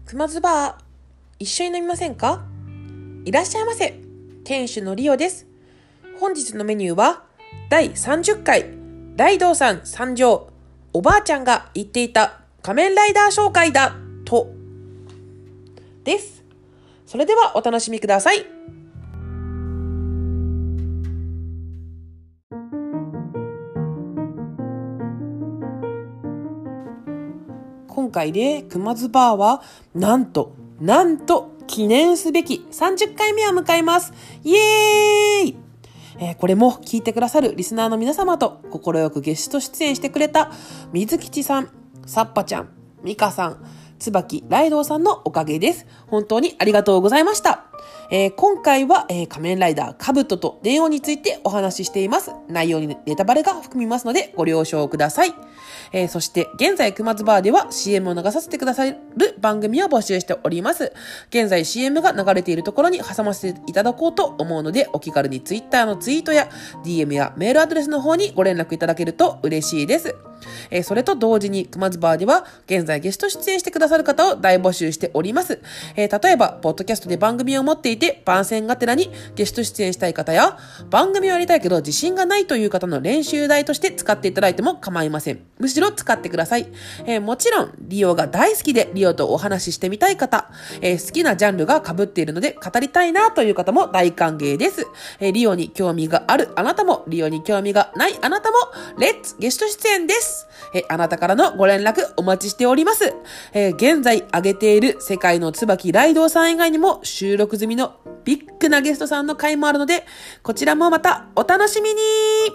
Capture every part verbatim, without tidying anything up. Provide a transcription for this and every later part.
熊津バー、一緒に飲みませんか？いらっしゃいませ。店主のリオです。本日のメニューはだいさんじゅっかいライドウさん参上、おばあちゃんが言っていた仮面ライダー紹介だとです。それではお楽しみください。今回で熊津バーはなんとなんと記念すべきさんじゅっかいめを迎えます。イエーイ、えー、これも聞いてくださるリスナーの皆様と快くゲスト出演してくれた水吉さん、さっぱちゃん、みかさん、椿ライドウさんのおかげです。本当にありがとうございました。えー、今回は、えー、仮面ライダーカブトと電王についてお話ししています。内容にネタバレが含みますのでご了承ください。えー、そして現在熊津バーでは シーエム を流させてくださる番組を募集しております。現在 シーエム が流れているところに挟ませていただこうと思うので、お気軽に Twitter のツイートや ディーエム やメールアドレスの方にご連絡いただけると嬉しいです。えー、それと同時に熊津バーでは現在ゲスト出演してくださる方を大募集しております。えー、例えばポッドキャストで番組を持っていて番宣がてらにゲスト出演したい方や、番組をやりたいけど自信がないという方の練習台として使っていただいても構いません。むしろ使ってください。えー、もちろんリオが大好きでリオとお話ししてみたい方、えー、好きなジャンルが被っているので語りたいなという方も大歓迎です。えー、リオに興味があるあなたもリオに興味がないあなたもレッツゲスト出演です。えー、あなたからのご連絡お待ちしております。えー、現在挙げている世界の椿ライドウさん以外にも収録済みのビッグなゲストさんの回もあるので、こちらもまたお楽しみに。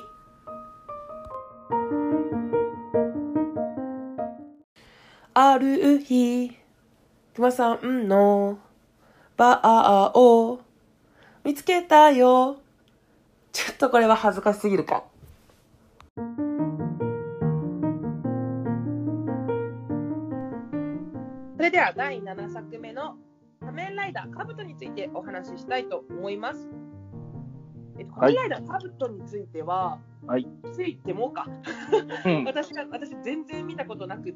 ある日、熊さんのバーを見つけたよ。ちょっとこれは恥ずかしすぎるか。それではだいななさくめの仮面ライダーカブトについてお話ししたいと思います。えっと、仮面ライダーカブトについては、はい、ついてもか、うん、私が私全然見たことなくって、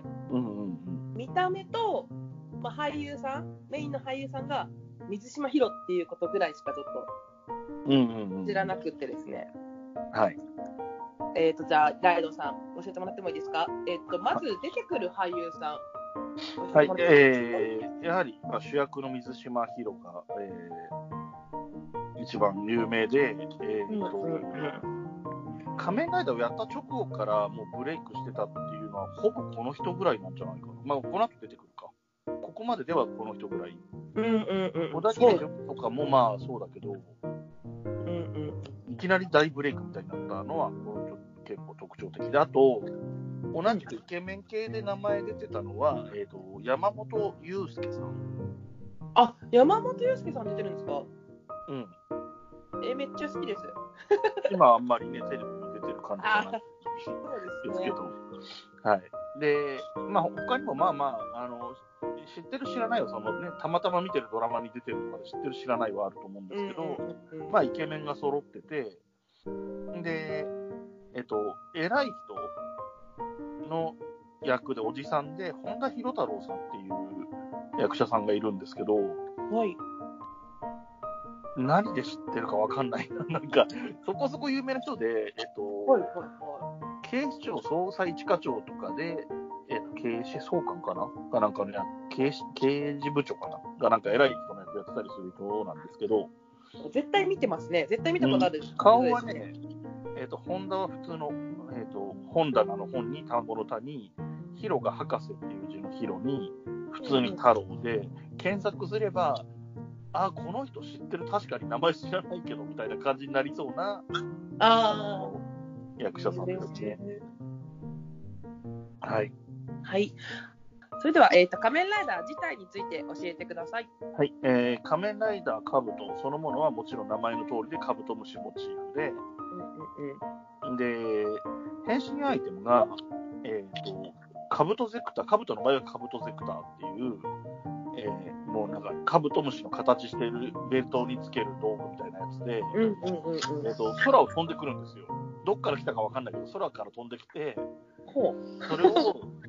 うんうんうん、見た目と、まあ、俳優さんメインの俳優さんが水島ヒロっていうことぐらいしかちょっと知らなくってですね、うんうんうん、はい、えっとじゃあライドさん教えてもらってもいいですか？えっとまず出てくる俳優さん、 はい、えー、やはり、まあ、主役の水島ヒロが、えー、一番有名で、えーとうんうんうん、仮面ライダーをやった直後からもうブレイクしてたっていうのはほぼこの人ぐらいなんじゃないかな。まあこの後出てくるか。ここまでではこの人ぐらい。うんうんうん。小田切とかもまあそうだけど、うんうん、いきなり大ブレイクみたいになったのはこの人結構特徴的で、あと同じくイケメン系で名前出てたのは、えーと、山本裕介さん。 あ、山本裕介さん出てるんですか？ うん。 え、めっちゃ好きです。 今あんまりね、テレビに出てる感じじゃないですけど。はい。で、まあ他にもまあまあ、あの、知ってる知らないはそのね、たまたま見てるドラマに出てるとかで知ってる知らないはあると思うんですけど、うんうんうん、まあイケメンが揃ってて、で、えっと、偉い人の役でおじさんで本田博太郎さんっていう役者さんがいるんですけど、はい、何で知ってるかわかんないなんかそこそこ有名な人で、えっと、はいはいはい、警視庁捜査一課長とかで、えっと、警視総監かながなんかね、警視刑事部長かながなんか偉い人の役やってたりする人なんですけど、 絶対見てますね。絶対見たことある、 うん、顔はね、えっと、本田は普通の、えっと、本棚の本に田んぼの田にヒロが博士っていう字のヒロに普通に太郎で、うん、検索すれば、あ、この人知ってる、確かに名前知らないけどみたいな感じになりそうなあ役者さんですね。はい。 はい。それでは、えーと、仮面ライダー自体について教えてください。 はい。えー、仮面ライダーカブトそのものはもちろん名前の通りでカブトムシモチーフで、うんうんうん、で、変身アイテムが、えーと、カブトゼクター、カブトの場合はカブトゼクターっていう、えー、もうなんかカブトムシの形しているベルトにつける道具みたいなやつで、うんうんうんうん、えーと、空を飛んでくるんですよ。どっから来たか分かんないけど空から飛んできて、ほうそれを、え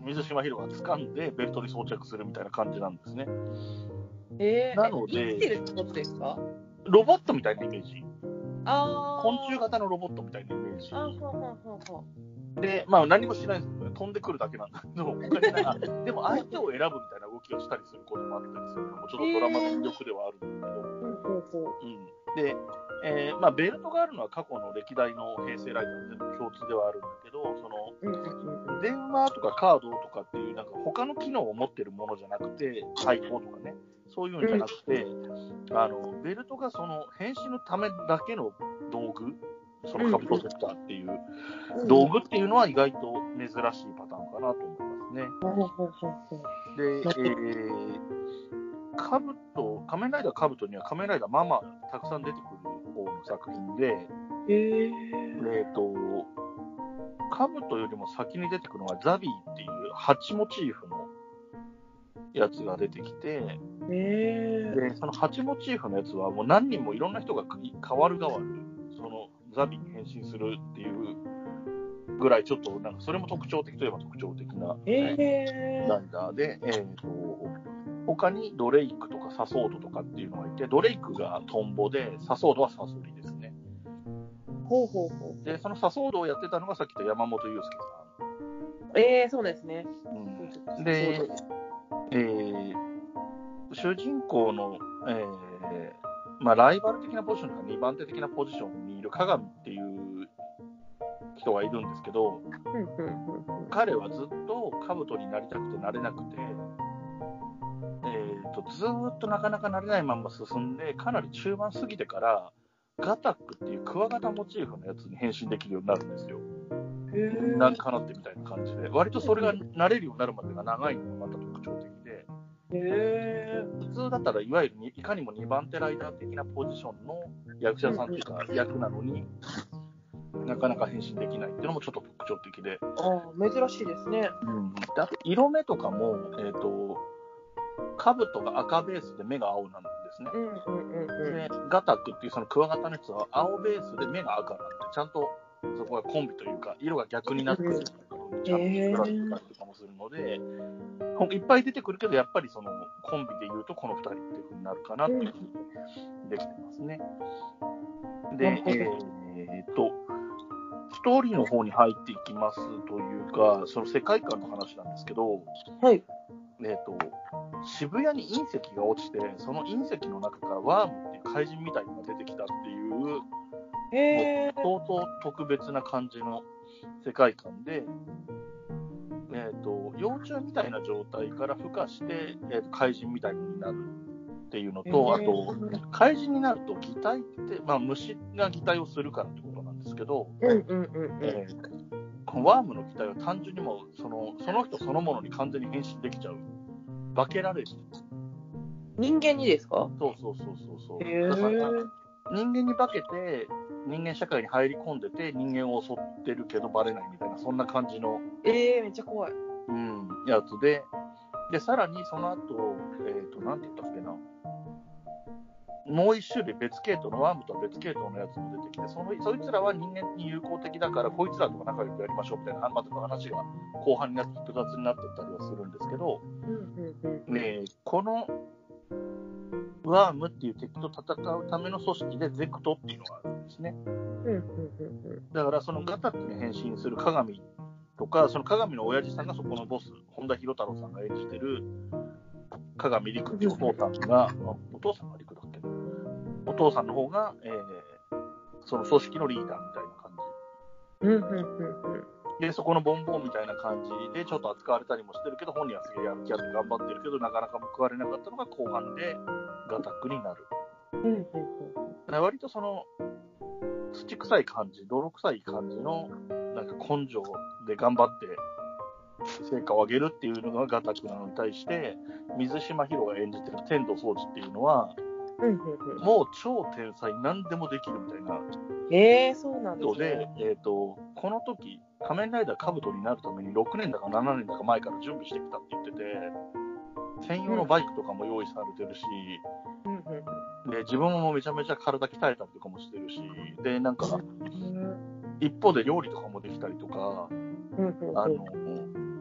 水島ヒロが掴んでベルトに装着するみたいな感じなんですね。 えー、 なので生きてるってことですか？ ロボットみたいなイメージ。 あ昆虫型のロボットみたいなイメージ。 あ、ほうほうほうほで、まあ何もしないんですけどね、飛んでくるだけなんだけど、他になんかでも相手を選ぶみたいな動きをしたりすることもあったりするのもちょっとドラマの魅力ではあるんだけど、 う。ほうほうほう。 うん、で、えーまあ、ベルトがあるのは過去の歴代の平成ライダー全部共通ではあるんだけど、そのうんうんうん。 電話とかカードとかっていうなんか他の機能を持ってるものじゃなくて、対抗とかね、そういうんじゃなくて、あのベルトがその変身のためだけの道具、そのカブトセプターっていう道具っていうのは意外と珍しいパターンかなと思いますね。 ほうほうほうほう。 で、えー、カブト、仮面ライダーカブトには仮面ライダーママたくさん出てくる方の作品で、 えー、 えーと、カブトよりも先に出てくるのがザビーっていう蜂モチーフのやつが出てきて、 えー、 でその蜂モチーフのやつはもう何人もいろんな人が変わる変わるそのザビーに変身するっていうぐらいちょっとなんかそれも特徴的といえば特徴的な、 えー、 ライダーで、えーと、他にドレイクとかサソードとかっていうのがいて、ドレイクがトンボでサソードはサソリですね。 ほうほうほう。 でそのサソードをやってたのがさっき言った山本裕介さん。えー、そうですね。 うん、で、えー、主人公の、えーまあ、ライバル的なポジションとかにばん手的なポジションにいる鏡っていう人がいるんですけど、彼はずっと兜になりたくてなれなくて、えー、とずーっとなかなかなれないまま進んで、かなり中盤過ぎてからガタックっていうクワガタモチーフのやつに変身できるようになるんですよ。なんかなってみたいな感じで、割とそれが慣れるようになるまでが長いのがまた特徴的で、 へ普通だったらいわゆるいかにもにばん手ライダー的なポジションの役者さんというか役なのになかなか変身できないっていうのもちょっと特徴的で、 ああ、珍しいですね。 うん、であと色目とかも、えーと、兜が赤ベースで目が青なんですね。 うんうんうんうん、 でガタックっていうそのクワガタのやつは青ベースで目が赤なんで、ちゃんとそこがコンビというか色が逆になってるところにちゃんと作られてたりとかもするので、いっぱい出てくるけどやっぱりそのコンビでいうとこのふたりっていう風になるかなっていう風にできてますね。で、えー、っとストーリーの方に入っていきますというか、その世界観の話なんですけど、 はい、 えー、っと渋谷に隕石が落ちて、その隕石の中からワームっていう怪人みたいなのが出てきたっていう、 へー、 相当特別な感じの世界観で、えー、と幼虫みたいな状態から孵化して、えー、と怪人みたいになるっていうのと、あと怪人になると擬態って、まあ、虫が擬態をするからってことなんですけど、 うんうんうんうん、 えー、このワームの擬態は単純にもそのその人そのものに完全に変身できちゃう、化けられる。 人間にですか？ そうそうそうそうそう。 へー、 だから人間に化けて人間社会に入り込んでて人間を襲ってるけどバレないみたいな、そんな感じの、 えー、めっちゃ怖い。 うん、やつで、でさらにその後、えっ、ー、となんて言ったっけな、もう一種類別系統のワームとは別系統のやつも出てきて、そのそいつらは人間に友好的だからこいつらとか仲良くやりましょうみたいな、また話が後半になって複雑になっていったりはするんですけど、 うんうんうん、 えー、このワームっていう敵と戦うための組織でゼクトっていうのがあるんですね。 うんうんうんうん、 だからそのガタックに変身する鏡とか、その鏡の親父さんがそこのボス、本田博太郎さんが演じてる鏡陸っていうお父さんが、お父さんが陸だっけな、お父さんの方が、えー、その組織のリーダーみたいな感じ、 うんうんうんうん、 でそこのボンボンみたいな感じでちょっと扱われたりもしてるけど、本人はすげえやる気あって頑張ってるけどなかなか報われなかったのが後半でガタックになる。 うんうんうん、 だから割とその土臭い感じ、泥臭い感じのなんか根性で頑張って成果を上げるっていうのがガタックなのに対して、水島ヒロが演じてる天童総司っていうのは、うんうんうん、もう超天才、何でもできるみたいな。 えー、そうなんですね。 で、えーと、この時仮面ライダーカブトになるためにろくねんだかななねんだか前から準備してきたって言ってて、専用のバイクとかも用意されてるし、うんうん、で自分もめちゃめちゃ体鍛えたりとかもしてるし、でなんか、うん、一方で料理とかもできたりとか、うんうんうん、あの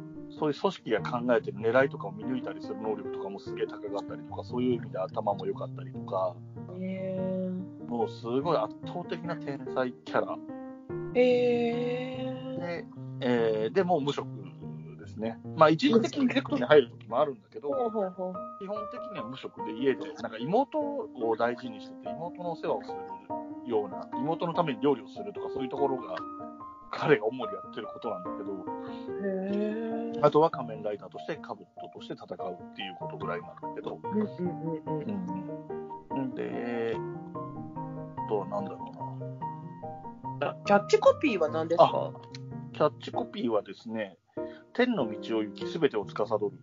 そういう組織が考えてる狙いとかを見抜いたりする能力とかもすげえ高かったりとか、そういう意味で頭も良かったりとか、 へもうすごい圧倒的な天才キャラえ。へえ。 で、えー、でもう無職ですね。まあ一時的にセクトに入る時もあるんだけど、 ほうほうほう。 基本的には無職で家でなんか妹を大事にしてて、妹のお世話をするような、妹のために料理をするとか、そういうところが彼が主にやってることなんだけど、 へえ。 あとは仮面ライダーとしてカブトとして戦うっていうことぐらいなんだけど、 うんうんうんうん。 うんで、あとはなんだろうな。 あ、キャッチコピーは何ですか？ キャッチコピーはですね、天の道を行き、すべてを司る。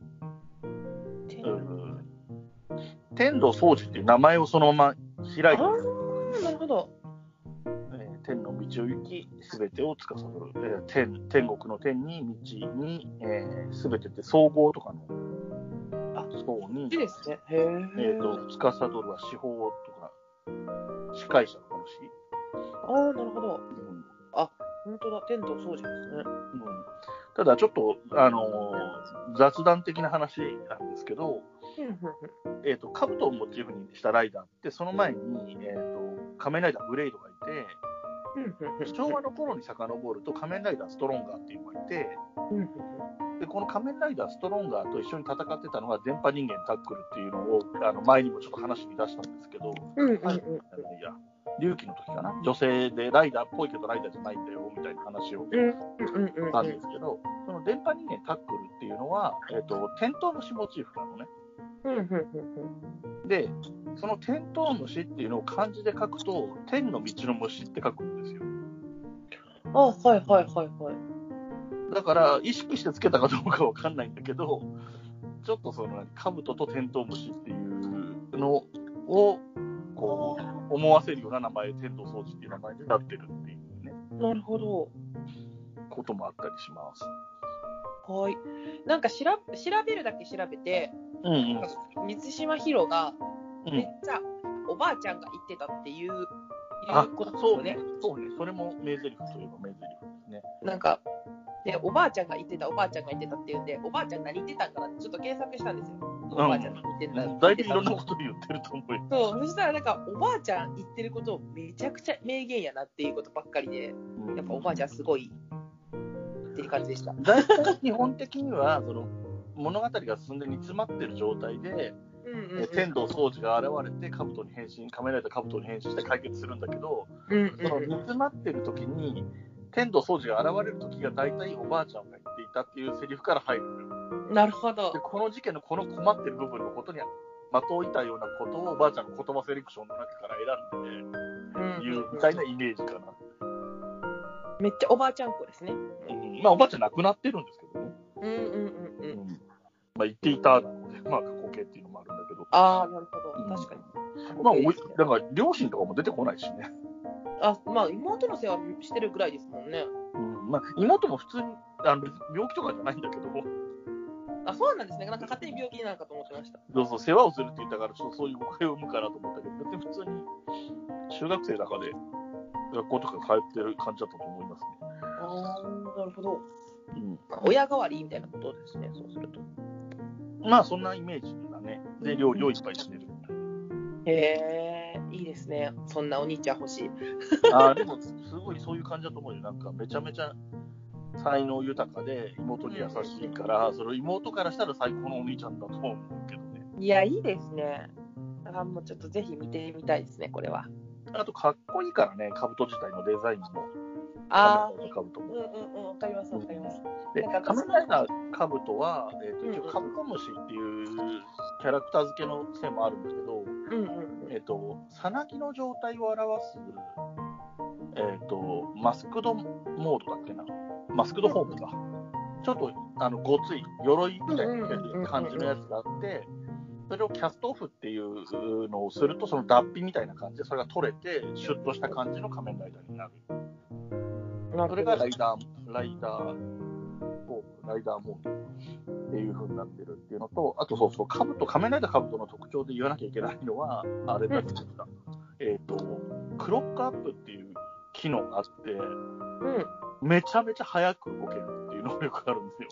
うん天道宗司っていう名前をそのまま開いて、 ああ、なるほど。 えー天の道を行き、すべてを司る。えー天、天国の天に道に、えー、すべてって総合とかのあ、 総に、 いいですね。へえ。 えーと、司るは司法とか、司会者とかの司。 ああ、なるほど。 うんあ、本当だ。天道掃除ですね。 うん、ただちょっと、あのー雑談的な話なんですけど、 うんうんえーと、カブトをモチーフにしたライダーって、その前に、えーと、仮面ライダーブレイドがいて、 うんうんうん。 昭和の頃に遡ると仮面ライダーストロンガーっていうのがいて、 うんうんでこの仮面ライダーストロンガーと一緒に戦ってたのが電波人間タックルっていうのをあの前にもちょっと話に出したんですけど、 うんうんうんはい、いや龍騎の時かな、女性でライダーっぽいけどライダーじゃないんだよみたいな話をしたんですけど、その電波人間タックルっていうのは、えーと、テントウムシモチーフなのね。 うんうんうんで、そのテントウムシっていうのを漢字で書くと、天の道の虫って書くんですよ。 あ、はいはいはいはい。 だから意識してつけたかどうかわかんないんだけど、ちょっとその兜とテントウムシっていうのをこう思わせるような名前、天道掃除っていう名前になってるっていうね。 なるほど。 こともあったりします。 はい。なんかしら調べるだけ調べて、 うんうんうん、水島ヒロがめっちゃおばあちゃんが言ってたっていう、うん、 あ、 いうことそうね、そうね、それも名台詞といえば名台詞ですね。 なんかでおばあちゃんが言ってたおばあちゃんが言ってたっていうんで、おばあちゃん何言ってたんかなってちょっと検索したんですよ。おばあちゃんが言ってた。 だいぶいろんなこと言ってると思うよ。 そう、そしたらなんかおばあちゃん言ってることをめちゃくちゃ名言やなっていうことばっかりで、やっぱおばあちゃんすごいっていう感じでした。 大体基本的にはその物語が進んで煮詰まってる状態で、うんうんうん、天道掃除が現れて兜に変身、仮面ライダー兜に変身して解決するんだけど、うんうんうん、その煮詰まってる時に天道掃除が現れる時が大体おばあちゃんが言っていたっていうセリフから入るのよ。 なるほど。 でこの事件のこの困ってる部分のことに的を射たようなことをおばあちゃんの言葉セレクションの中から選んで、ね、うん、いうみたいなイメージかな。 めっちゃおばあちゃん子ですね。 うん、まあおばあちゃん亡くなってるんですけどね。 うんうんうんうん。うん、 まあ言っていたので、まあ過去形っていうのもあるんだけど。 ああ、なるほど。確かに。 うん、まあおい、だから両親とかも出てこないしね。 あ、まあ妹の世話してるぐらいですもんね。 うん、まあ妹も普通にあの病気とかじゃないんだけど。 あ、そうなんですね。なんか勝手に病気なのかと思ってました。 そうそう、世話をするって言ったからちょっとそういう誤解を生むかなと思ったけど、別に普通に中学生の中で学校とか通ってる感じだったと思いますね。 ああ、なるほど。 うん、 親代わりみたいなことですね、そうすると。 まあそんなイメージだね。で、料理をいっぱいしてる。 へえ、いいですね。そんなお兄ちゃん欲しい。 あでもすごいそういう感じだと思うよ。なんかめちゃめちゃ才能豊かで妹に優しいから、うん、それ妹からしたら最高のお兄ちゃんだと思うけどね。 いや、いいですね。だからもうちょっとぜひ見てみたいですね、これは。 あとかっこいいからね、兜自体のデザインも。 ああ、 兜も。 うんうんうん、わかりますわかります。 で、仮面ライダー兜は、えーと、一応カブトムシっていうキャラクター付けの線もあるんだけど、うんうんうん、えっ、ー、と、さなぎの状態を表す、えっ、ー、と、マスクドモードだっけな。マスクドフォームか。ちょっとあのごつい鎧みたいな感じのやつがあって、それをキャストオフっていうのをすると、その脱皮みたいな感じでそれが取れて、シュッとした感じの仮面ライダーになる。それがライダー、ライダーフォーム、ライダーモードっていう風になってるっていうのと、あとそうそう、カブト、仮面ライダーカブトの特徴で言わなきゃいけないのは、あれだって言った、えっと、クロックアップっていう機能があって、うん、めちゃめちゃ早く動けるっていう能力があるんですよ。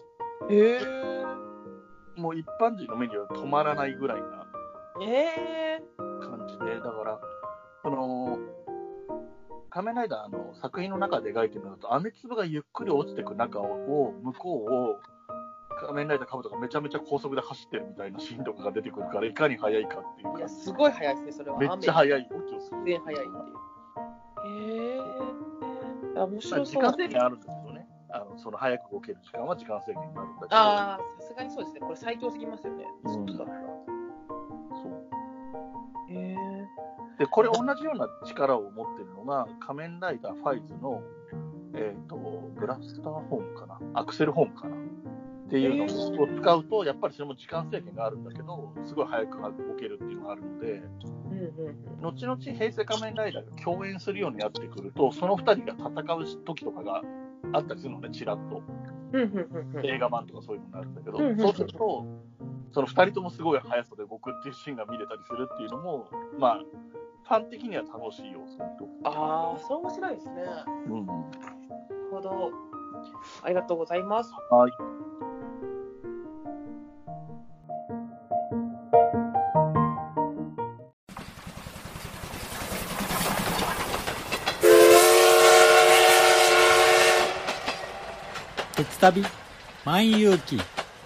へー。もう一般人の目には止まらないぐらいなえ感じで、だから、その、仮面ライダーの作品の中で描いてるのだと、雨粒がゆっくり落ちてく中を、向こうを、仮面ライダーカブトがめちゃめちゃ高速で走ってるみたいなシーンとかが出てくるから、いかに速いかっていうー、いや、 感じ。 すごい速いですね、それは。 めっちゃ速い動きをする。 全然速いっていう。へえ。面白そう。 時間制限あるんですけどね。あのその早く動ける時間は時間制限があるんだけど。 ああ、さすがにそうですね。これ最強すぎますよね。 うん、 ずっとだったら。 そう。 へえ。 で、これ同じような力を持ってるのが、仮面ライダーファイズの、えっ、と、ブラスターホームかな、アクセルホームかなっていうのを使うと、やっぱりそれも時間制限があるんだけど、すごい早く動けるっていうのがあるので、 うんうんうん、 後々平成仮面ライダーが共演するようになってくると、そのふたりが戦う時とかがあったりするのね、ちらっと。 うんうんうんうん、 映画版とかそういうのになるんだけど、 うんうんうん、 そうすると、そのふたりともすごい速さで動くっていうシーンが見れたりするっていうのも、まあ、ファン的には楽しい要素と。 ああ、それ面白いですね。 うん。なるほど。ありがとうございます。 はい。 鉄旅万有記。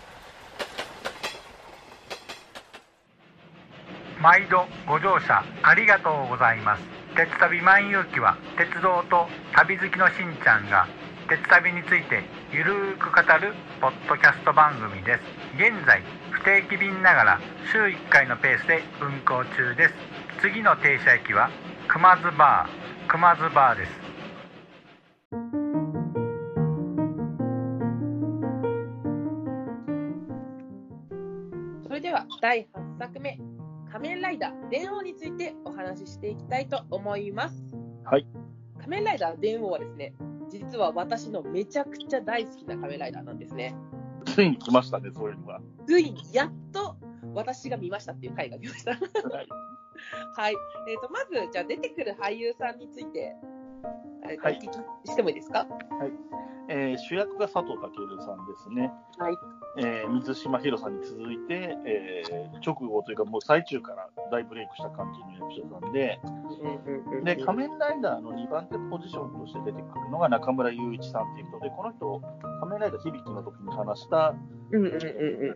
毎度ご乗車ありがとうございます。鉄旅万有記は鉄道と旅好きのしんちゃんが鉄旅についてゆるーく語るポッドキャスト番組です。現在不定期便ながら週いっかいのペースで運行中です。次の停車駅は熊津バー熊津バーです。 それではだいはちさくめ、仮面ライダー電王についてお話ししていきたいと思います。 はい。 仮面ライダー電王はですね、実は私のめちゃくちゃ大好きな仮面ライダーなんですね。 ついに来ましたね、そういうのが。 ついにやっと私が見ましたっていう回が来ました。はい。はい。えっ、ー、と、まず、じゃあ出てくる俳優さんについて、えーと、はい、お聞きしてもいいですか？ はい。えー、主役が佐藤健さんですね。はい。えー、水島ひろさんに続いて、えー、直後というかもう最中から大ブレイクした感じの役者さんで、で、仮面ライダーのにばん手ポジションとして出てくるのが中村雄一さんっていう人で、この人、仮面ライダー響の時に話した、うんうんうんうん、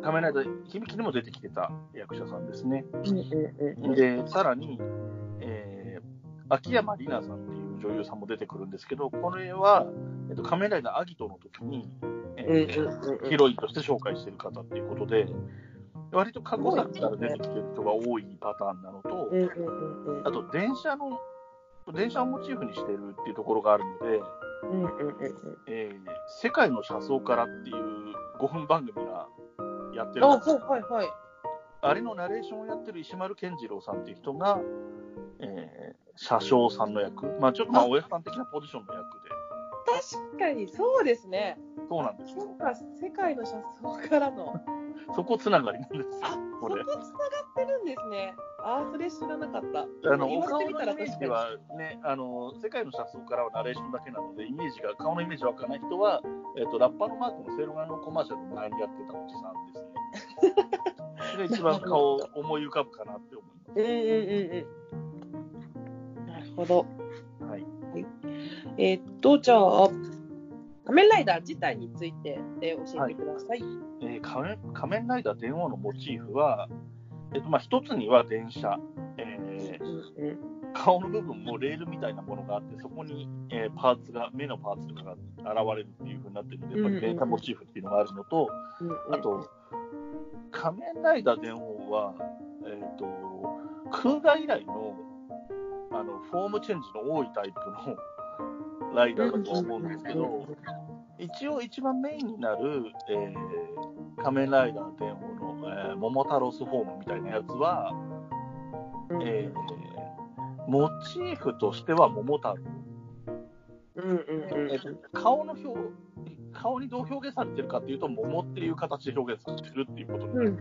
仮面ライダー響にも出てきてた役者さんですね。うんうんうん、で、さらに、えー、秋山里奈さんっていう女優さんも出てくるんですけど、これは、えっと、仮面ライダーアギトの時に、えー、ヒロインとして紹介している方っていうことで、割と過去作から出てきてる人が多いパターンなのと、あと電車の電車をモチーフにしてるっていうところがあるので、えー、世界の車窓からっていうごふん番組がやってるんですよ。 あ、はいはいはい、あれのナレーションをやってる石丸健次郎さんっていう人が、えー、車掌さんの役、まあ、ちょっとまあ親さん的なポジションの役で。 確かにそうですね。 そうなんですよ。 そうか、世界の車窓からのそこつながりなんですよ。 あ、これそこつながってるんですね。あ、それ知らなかった。 あのお顔のイメージはね、あの世界の車窓からはナレーションだけなので、イメージが顔のイメージわからない人は、えっ、ー、とラッパーのマークのセイロガンのコマーシャルの前にやってたおじさんですね。それが一番顔を思い浮かぶかなって思います。うんうんうんうん。なるほど。 はい。 はい、えー、っとじゃあ仮面ライダー自体について、えー、教えてください。はい、 えー、仮面、仮面ライダー電王のモチーフは、えっとまあ、一つには電車、えーうんうん、顔の部分もレールみたいなものがあって、そこに、えー、パーツが、目のパーツとかが現れるっていう風になってるので、やっぱり電車モチーフっていうのがあるのと、うんうん、あと、仮面ライダー電王は、えーと、空ガ以来の、あのフォームチェンジの多いタイプのライダーだと思うんですけど、一応一番メインになる、えー、仮面ライダー電王の、えー、桃太郎スフォームみたいなやつは、えー、モチーフとしては桃太郎、うんうんうんえー、顔の表顔にどう表現されてるかっていうと桃っていう形で表現されてるっていうことになる、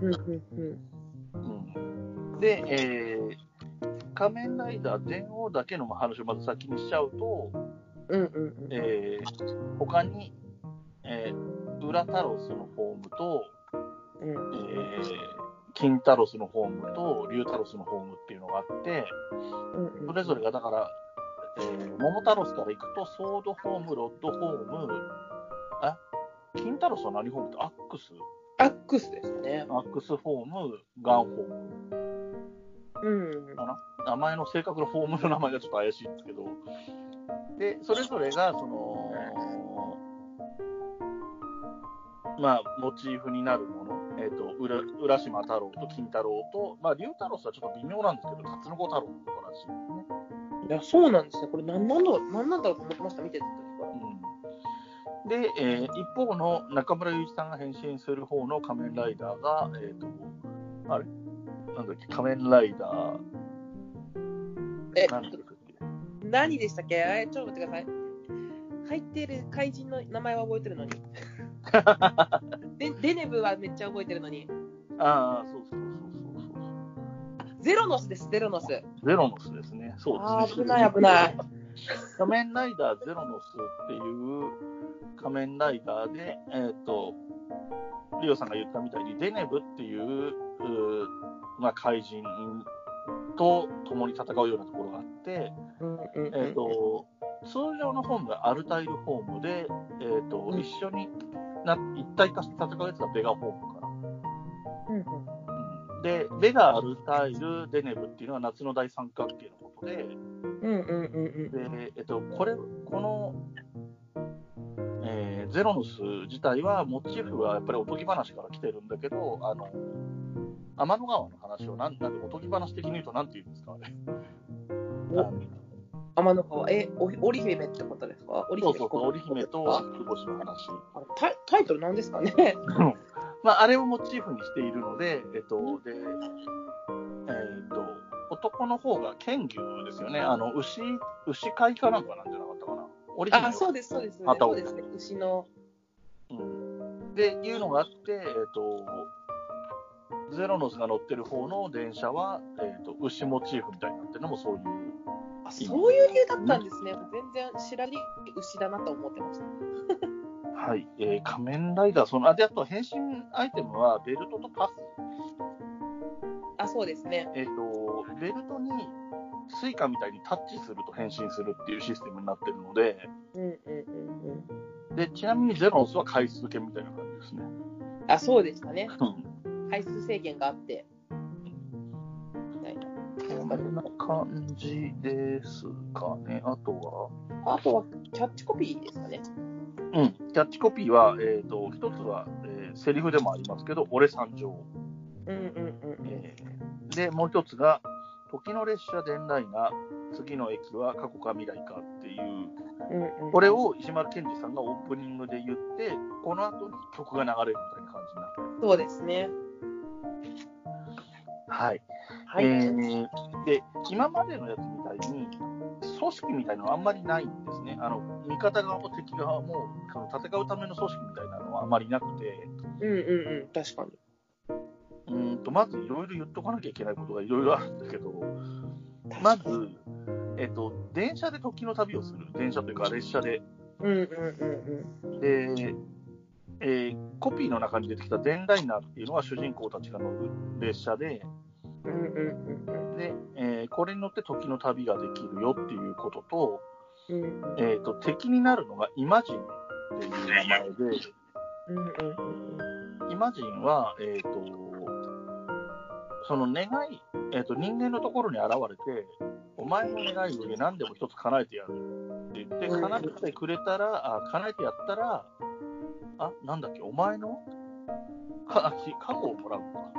うん、で、えー、仮面ライダー電王だけの話をまず先にしちゃうと、うんうんうんえー、他に、えー、 ウラタロスのフォームと、 うん。 えー、キンタロスのフォームとリュウタロスのフォームっていうのがあって、 うんうん、 それぞれがだから、えー、モモタロスから行くとソードフォーム、ロッドフォーム、あ、キンタロスは何フォームってアックスアックスですね。 アックスフォーム、ガンフォーム。 うん。 かな、名前の正確なフォームの名前がちょっと怪しいんですけど、で、それぞれが、その、まあ、モチーフになるもの、えっ、ー、と、浦、浦島太郎と金太郎と、まあ、竜太郎はちょっと微妙なんですけど、タツノコ太郎のことらしいですね。 いや、そうなんですね。これ何なんだろう、何なんだろうと思ってました、見てた時から。 うん、で、えー、一方の中村雄一さんが変身する方の仮面ライダーが、えっ、ー、と、あれなんだっけ、仮面ライダー、 え、 何でしたっけ何でしたっけえ、ちょっと待ってください。入っている怪人の名前は覚えてるのに。でデネブはめっちゃ覚えてるのに。 ああ、そうそうそうそうそう。 ゼロノスです、ゼロノス。 ゼロノスですね。そうですね。 危ない危ない。 仮面ライダーゼロノスっていう仮面ライダーで、えっ、ー、と、リオさんが言ったみたいに、デネブっていう、うまあ、怪人と共に戦うようなところがあって、 うんうんうん、 えっ、ー、と、通常のフォームがアルタイルフォームで、えっ、ー、と、うん、一緒にな一体化して戦うやつがベガフォームかな。うんうん、で、ベガ、アルタイル、デネブっていうのは夏の大三角形のことで、 うんうんうんうん、 で、えっ、ー、と、これ、この、えー、ゼロノス自体はモチーフはやっぱりおとぎ話から来てるんだけど、あの天の川の話をなんなんでおとぎ話的に言うとなんて言うんですかね。 天の川、え、織姫ってことですか？織姫そうそう、織姫と彦星の話。 タイ、タイトルなんですかね。 まああれをモチーフにしているので、えっとで、えっと男の方が剣牛ですよね。あの牛牛飼いかなんかなんじゃなかったかな。織姫あ、そうですそうです。そうですね。牛の。 うん。でいうのがあって、えっと。ゼロノスが乗ってる方の電車は、えーと、牛モチーフみたいになってるのもそういう。 あ、そういう理由だったんですね。全然知らない牛だなと思ってました。 はい、えー、仮面ライダー、そのあであと変身アイテムはベルトとパス。 あ、そうですね。 えっ、ー、と、ベルトにスイカみたいにタッチすると変身するっていうシステムになってるので、うんうんうんうん、でちなみにゼロノスは回数券みたいな感じですね。 あ、そうでしたね。回数制限があって。みたいな。 こんな感じですかね。あとはあとはキャッチコピーですかね。 うん。キャッチコピーは、えっ、ー、と、一つは、えー、セリフでもありますけど、俺参上。うんうんうん、えー。で、もう一つが、時の列車伝来な、次の駅は過去か未来かっていう、うんうん、これを石丸謙二さんがオープニングで言って、この後に曲が流れるみたいな感じになってる。 そうですね。 はい。はい、えー、で、今までのやつみたいに、組織みたいなのはあんまりないんですね。あの、味方側も敵側も、その戦うための組織みたいなのはあんまりなくて。 うんうんうん、確かに。 うんと、まずいろいろ言っとかなきゃいけないことがいろいろあるんだけど、まず、えっと、電車で時の旅をする。電車というか列車で。うんうんうんうん。で、えー、コピーの中に出てきた伝来ナーっていうのは主人公たちが乗る列車で、うんうんうんうん、で、えー、これに乗って時の旅ができるよっていうことと、うんうん、えーと、敵になるのがイマジンっていう名前で、うんうんうん、イマジンは、えーと、その願い、えーと、人間のところに現れて、お前の願いを何でも一つ叶えてやるって言って、叶えてくれたら、あ、叶えてやったら、あ、なんだっけ、お前のか過去をもらうのか。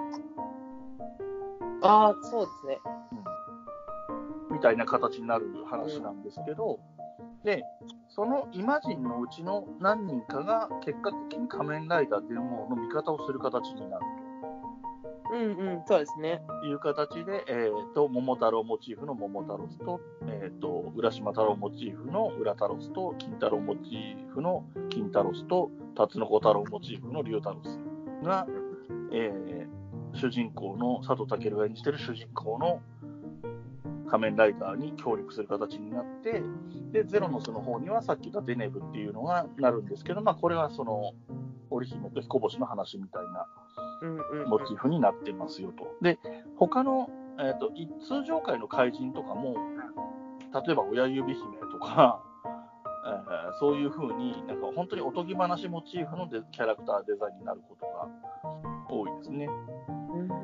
ああ、そうですね、 うん。みたいな形になる話なんですけど、うん、で、そのイマジンのうちの何人かが結果的に仮面ライダーというものの味方をする形になると。 うんうん、そうですね。 いう形で、えーと、桃太郎モチーフの桃太郎と、えーと、浦島太郎モチーフの浦太郎と、金太郎モチーフの金太郎と、タツノコ太郎モチーフの龍太郎が、えー、主人公の佐藤健が演じている主人公の仮面ライダーに協力する形になって、でゼロノスの方にはさっき言ったデネブっていうのがなるんですけど、まあ、これはその織姫と彦星の話みたいなうんうんうんモチーフになってますよと。で、他の、えーと、通常回の怪人とかも、例えば親指姫とか、えーそういう風になんか本当におとぎ話モチーフのデキャラクターデザインになることが多いですね。 うんうん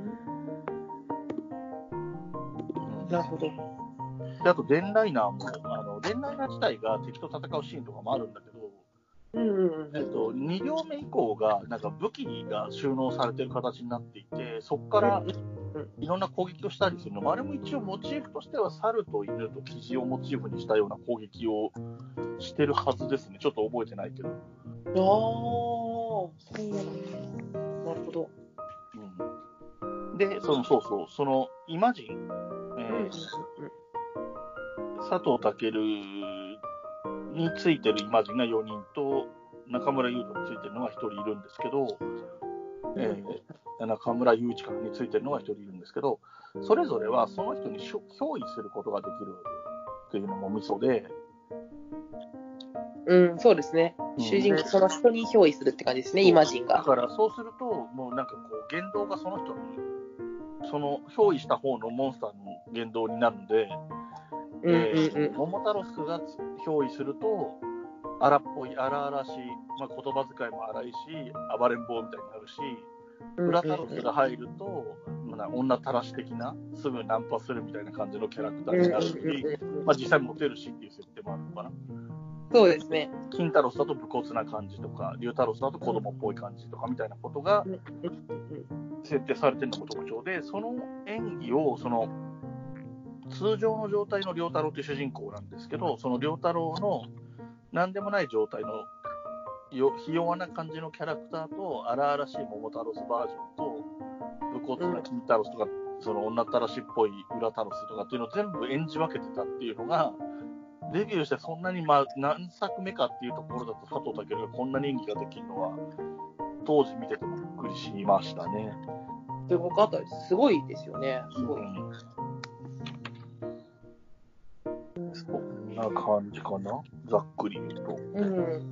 なるほど。 であと、デンライナーも、あのデンライナー自体が敵と戦うシーンとかもあるんだけど、 うんうんうんえっと、に両目以降がなんか武器が収納されてる形になっていて、そこからいろんな攻撃をしたりするのも、あれも一応モチーフとしては猿と犬とキジをモチーフにしたような攻撃をしてるはずですね。ちょっと覚えてないけど。 ああ、そうなんだ。なるほど。 うん、で、そのそうそう、そのイマジン、えーうんうん佐藤健についてるイマジンがよにんと、中村優斗についてるのがひとりいるんですけど、えー、中村雄一についてるのがひとりいるんですけど、それぞれはその人に憑依することができるっていうのもミソで、 うん、そうですね。 うん主人公、その人に憑依するって感じですね、イマジンが。 だからそうすると、もうなんかこう、言動がその人に、その憑依した方のモンスターの言動になるので、 うんうんえーうん。 桃太郎が憑依すると、荒っぽい、荒々しい、まあ、言葉遣いも荒いし、暴れん坊みたいになるし、裏タロスが入ると、まあ、女たらし的な、すぐナンパするみたいな感じのキャラクターになるし、まあ、実際モテるしっていう設定もあるのかな。 そうですね。 金太郎だと武骨な感じとか、龍太郎だと子供っぽい感じとかみたいなことが設定されてるのも特徴で、その演技を、その、通常の状態の龍太郎という主人公なんですけど、その龍太郎の何でもない状態のひ弱な感じのキャラクターと荒々しい桃太郎バージョンと武骨な金太郎とか、その女ったらしっぽい裏太郎とかっていうのを全部演じ分けてたっていうのが、デビューしてそんなに、まあ、何作目かっていうところだと佐藤健がこんなに演技ができるのは当時見ててもびっくりしましたね。 すごかったです。すごいですよね。すごい。 うんそんな感じかな、ざっくり言うと。 うん。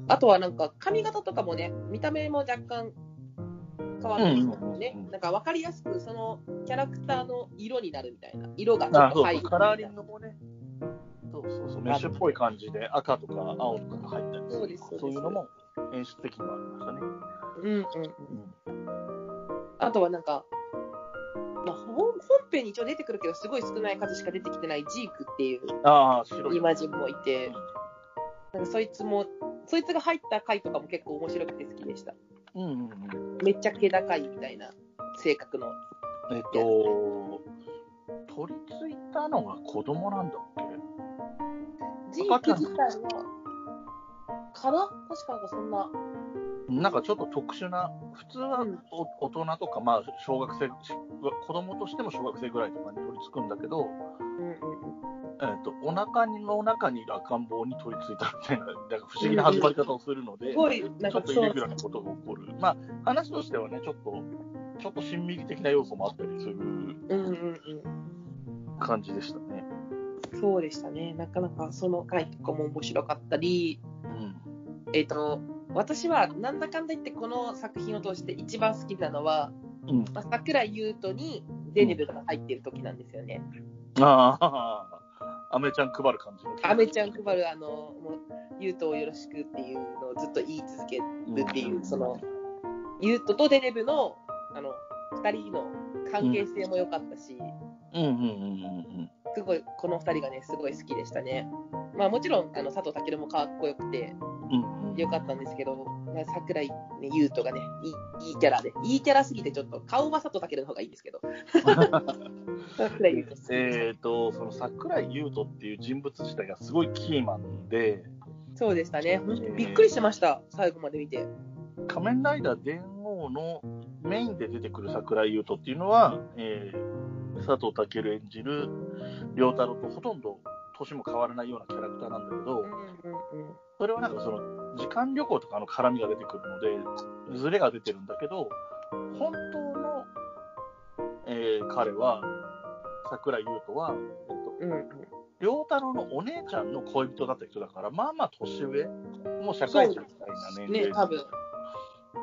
あとはなんか髪型とかもね、見た目も若干変わってきますよね。 うんうんうんなんか分かりやすくそのキャラクターの色になるみたいな。色がちょあそうっと入る。 カラーリングもね、そうそうそう、メッシュっぽい感じで赤とか青とかが入ったりする、 そうですそうですそういうのも演出的にはありましたね。 うんうんうん。あとはなんか、まあ、本本編に一応出てくるけど、すごい少ない数しか出てきてないジークっていうああ、白い。 イマジンもいて、なんかそいつも、そいつが入った回とかも結構面白くて好きでした。 うんうんうん。 めっちゃ気高いみたいな性格の。 えっと、取り付いたのが子供なんだっけ？ ジーク自体は、かな確かなんかそんな。 なんかちょっと特殊な、普通はお大人とか、まあ、小学生、子供としても小学生ぐらいとかに取り付くんだけど、 うんうんうん。 えー、とお腹の中にいる赤ん坊に取り付いたみたいな、なんか不思議な始まり方をするので、 すごい、なんちょっとイかそうレギュラーなことが起こる。まあ、話としてはね、ちょっと、ちょっと親密的な要素もあったりするうんうんうん。 感じでしたね。 そうでしたね。なかなかその回とかも面白かったり、 うんえっ、と、私はなんだかんだ言ってこの作品を通して一番好きなのは、 うん、 まあ、桜井優斗にデネブが入ってる時なんですよね。 ああ、アメちゃん配る感じの。 アメちゃん配る、あの、もう、優斗をよろしくっていうのをずっと言い続けるっていう、 うんその、優斗とデネブの、あの、二人の関係性も良かったし、 うんうんうんうんすごい、この二人がね、すごい好きでしたね。まあもちろん、あの、佐藤健もかっこよくて、 うんうん。 よかったんですけど、まあ、桜井、ね、優斗がねいい、いいキャラで、いいキャラすぎてちょっと顔は佐藤健の方がいいんですけど。桜井優斗。 えっと、その桜井優斗っていう人物自体がすごいキーマンで、 そうでしたね。びっくりしました、最後まで見て。 仮面ライダー電王のメインで出てくる桜井優斗っていうのは、えー、佐藤健演じる良太郎とほとんど年も変わらないようなキャラクターなんだけど、 うんうんうん。 それはなんかその時間旅行とかの絡みが出てくるので、ズレが出てるんだけど、本当の、えー、彼は、桜井優斗は、えっと、 うんうん、 良太郎のお姉ちゃんの恋人だった人だから、まあまあ年上、もう社会人みたいな年齢。 ね、多分。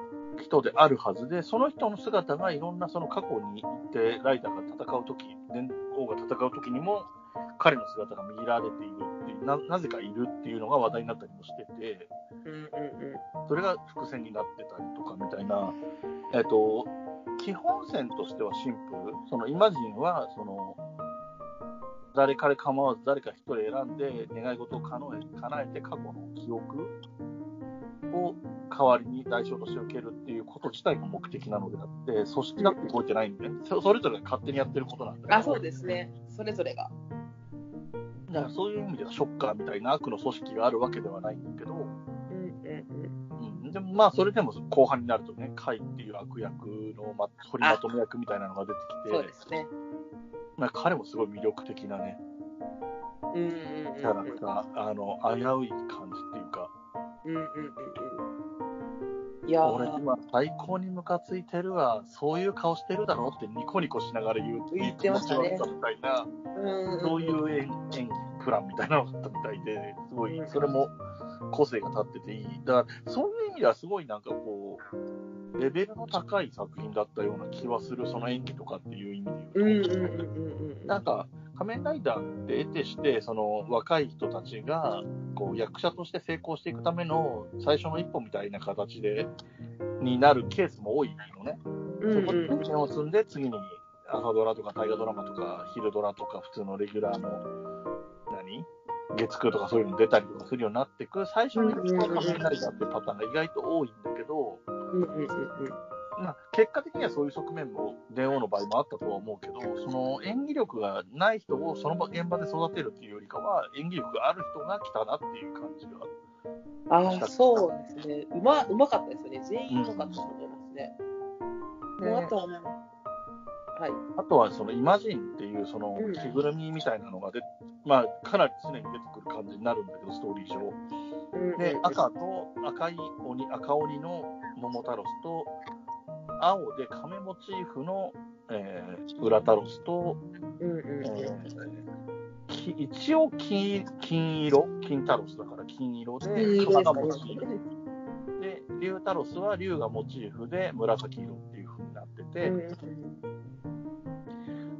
人であるはずで、その人の姿がいろんなその過去に行ってライダーが戦うとき、伝王が戦うときにも彼の姿が見られているっていう、な、なぜかいるっていうのが話題になったりもしてて、 うんうんうん。 それが伏線になってたりとかみたいな、えっと、基本線としてはシンプル。そのイマジンは、その、誰彼構わず誰か一人選んで願い事を叶え、叶えて過去の記憶を代わりに代償として受けるっていうこと自体が目的なのであって、組織だって動いてないんで、そそれぞれが勝手にやってることなんだけど。 あ、そうですね。それぞれが。 だからそういう意味ではショッカーみたいな悪の組織があるわけではないんだけど、 うんうんうん、でもまあそれでも後半になるとね、カイっていう悪役の、ま、取りまとめ役みたいなのが出てきて、 そうですね。 まあ、彼もすごい魅力的なね、 うんうんうんうん。 キャラクター、あの危うい感じっていうか、 うんうんうんうん。いやー、 俺今最高にムカついてるわ、そういう顔してるだろってニコニコしながら言うっていう気持ち悪さみたいな、 うんそういう演演技プランみたいなのがあったみたいで、すごい、それも個性が立ってていい。だからそういう意味ではすごいなんかこう、レベルの高い作品だったような気はする、その演技とかっていう意味で言うと。 うんうんうんうんうん。 なんか、仮面ライダーって得てして、その若い人たちがこう役者として成功していくための最初の一歩みたいな形で、になるケースも多いのね。そこで経験を積んで、次に朝ドラとか大河ドラマとか、昼ドラとか、普通のレギュラーの、何月くとかそういうの出たりとかするようになっていく、最初の一歩が仮面ライダーっていうパターンが意外と多いんだけど、 うんうんうんうん。 まあ、結果的にはそういう側面も電王の場合もあったとは思うけど、その演技力がない人をその場現場で育てるっていうよりかは、演技力がある人が来たなっていう感じが。 ああ、そうですね。うま、うまかったですよね。全員うまかったと思いますね。 うん、 もうあとはね、はい。 あとはそのイマジンっていうそのうん着ぐるみみたいなのがで、まあ、かなり常に出てくる感じになるんだけど、ストーリー上。 うんうん、 で、赤と赤い鬼、赤鬼の桃太郎と、青で亀モチーフの、えー、裏タロスと、 うんうんうん、 えー、一応金、金色金タロスだから金色で、熊がモチーフ。で、竜タロスは竜がモチーフで紫色っていう風になってて、うんうん、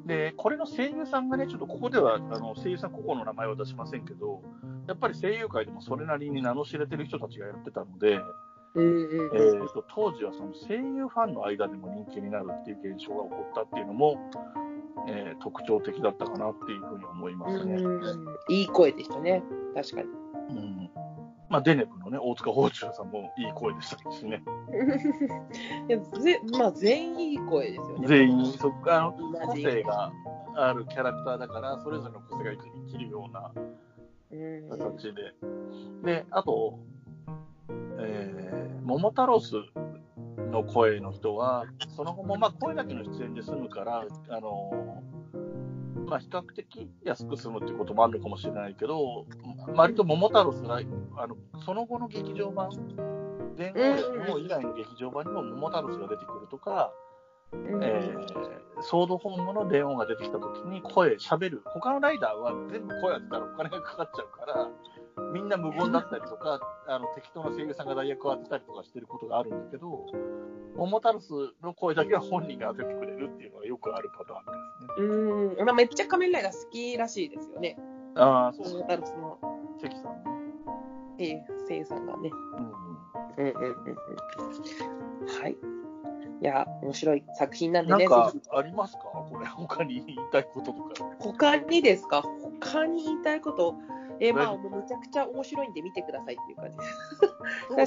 で、これの声優さんがね、ちょっとここではあの声優さん個々の名前は出しませんけど、やっぱり声優界でもそれなりに名の知れてる人たちがやってたので、うんうんうん、えー、と当時はその声優ファンの間でも人気になるっていう現象が起こったっていうのも、えー、特徴的だったかなっていうふうに思いますね。うん、 いい声でしたね、確かに。 うんまあ、デネブのね、大塚芳忠さんもいい声でしたしね。 いやぜまあ、全員いい声ですよね。 全員、そこあの個性があるキャラクターだから、それぞれの個性が生きるような形で。で、あと、えー、桃太郎の声の人は、その後もまあ声だけの出演で済むから、あのまあ、比較的安く済むっていうこともあるのかもしれないけど、割と桃太郎があのその後の劇場版、電王の以外の劇場版にも桃太郎が出てくるとか、えー、ソードホームの電王が出てきたときに声、喋る、他のライダーは全部声当てたらお金がかかっちゃうから、みんな無言だったりとか、あの適当な声優さんが代役を当てたりとかしてることがあるんだけど、桃太郎の声だけは本人が当ててくれるっていうのがよくあるパターンですね。 うん、まあ、めっちゃ仮面ライダー好きらしいですよね。 ああ、そう桃太郎の関さんね。 ええ、声優さんがね。 うんうんうんうんうんうん。はい。いや、面白い作品なんでね。 なんかありますか？これ他に言いたいこととか。 他にですか？他に言いたいこと。えー、まあ、もうめちゃくちゃ面白いんで見てくださいっていう感じです。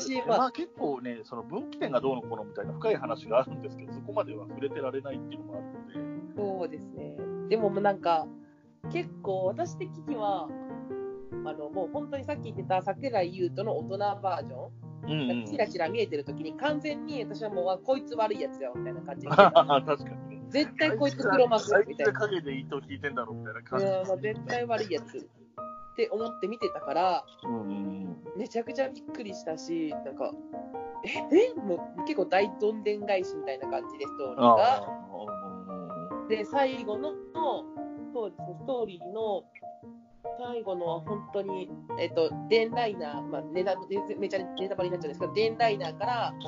私、まあ、まあ、結構ね、その分岐点がどうのこうのみたいな深い話があるんですけど、そこまでは触れてられないっていうのもあるので。 そうですね。でもなんか、結構私的には、あの、もう本当にさっき言ってた桜井優斗の大人バージョン、うんうん、チラチラ見えてるときに完全に私はもうこいつ悪いやつよみたいな感じで確かにね。 絶対こいつ黒幕みたいな。 影で糸引いてんだろうみたいな感じ。 いや、まあ、絶対悪いやつって思って見てたから、 うんうん、 めちゃくちゃびっくりしたし、なんかええもう結構大どんでん返しみたいな感じでストーリーが。で最後のそうですねストーリーの最後のは本当に、えっと、デンライナー、まあ、ネタめちゃネタバレになっちゃうんですけど、デンライナーから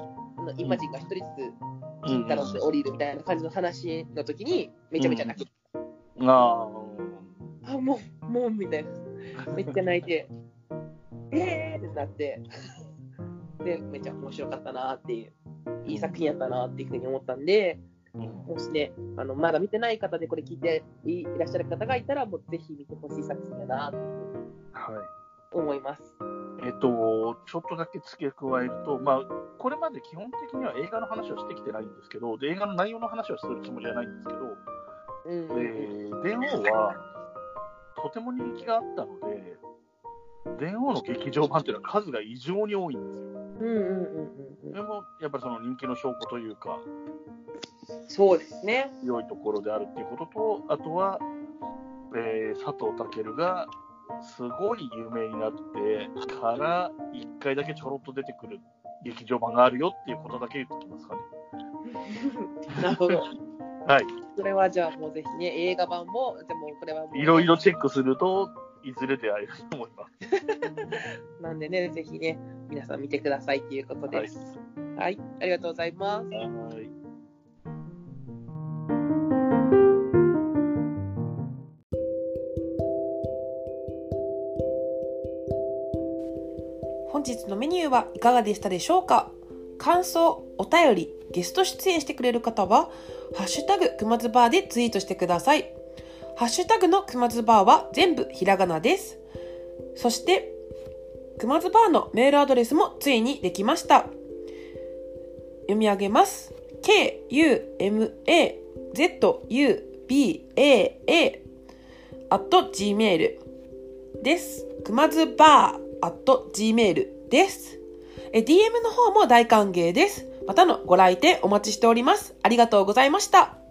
のイマジンが一人ずつ金太郎で降りるみたいな感じの話の時にめちゃめちゃ泣く、 うん、ああもうもうみたいなめっちゃ泣いてえーってなってでめっちゃ面白かったなっていういい作品やったなっていうふうに思ったんで、もしねあのまだ見てない方でこれ聞いていらっしゃる方がいたらもうぜひ見てほしい作品やなと思います。 えっと、ちょっとだけ付け加えると、まあ、これまで基本的には映画の話をしてきてないんですけど、で映画の内容の話をするつもりはないんですけど、うん、で電王はとても人気があったので、電王の劇場版というのは数が異常に多いんですよ。うんうんうんうん、でもやっぱりその人気の証拠というか、 そうですね。 良いところであるっていうことと、あとは、えー、佐藤健がすごい有名になってからいっかいだけちょろっと出てくる劇場版があるよっていうことだけ言っておきますかね。 なるほど。 はい。 それはじゃあもうぜひね、映画版も、でもこれはもう、ね、 いろいろチェックするといずれ出会えると思います。 なんでね、ぜひね、皆さん見てくださいということです。はい、はい、ありがとうございます。はい。本日のメニューはいかがでしたでしょうか。感想、お便り、ゲスト出演してくれる方はハッシュタグくまずバーでツイートしてください。ハッシュタグのくまずバーは全部ひらがなです。そしてくまずバーのメールアドレスもついにできました。読み上げます。 ケーユーエムエーゼットユービーエーエー アット ジーメール です。くまずバー アット ジーメール です。ディーエム の方も大歓迎です。またのご来店お待ちしております。ありがとうございました。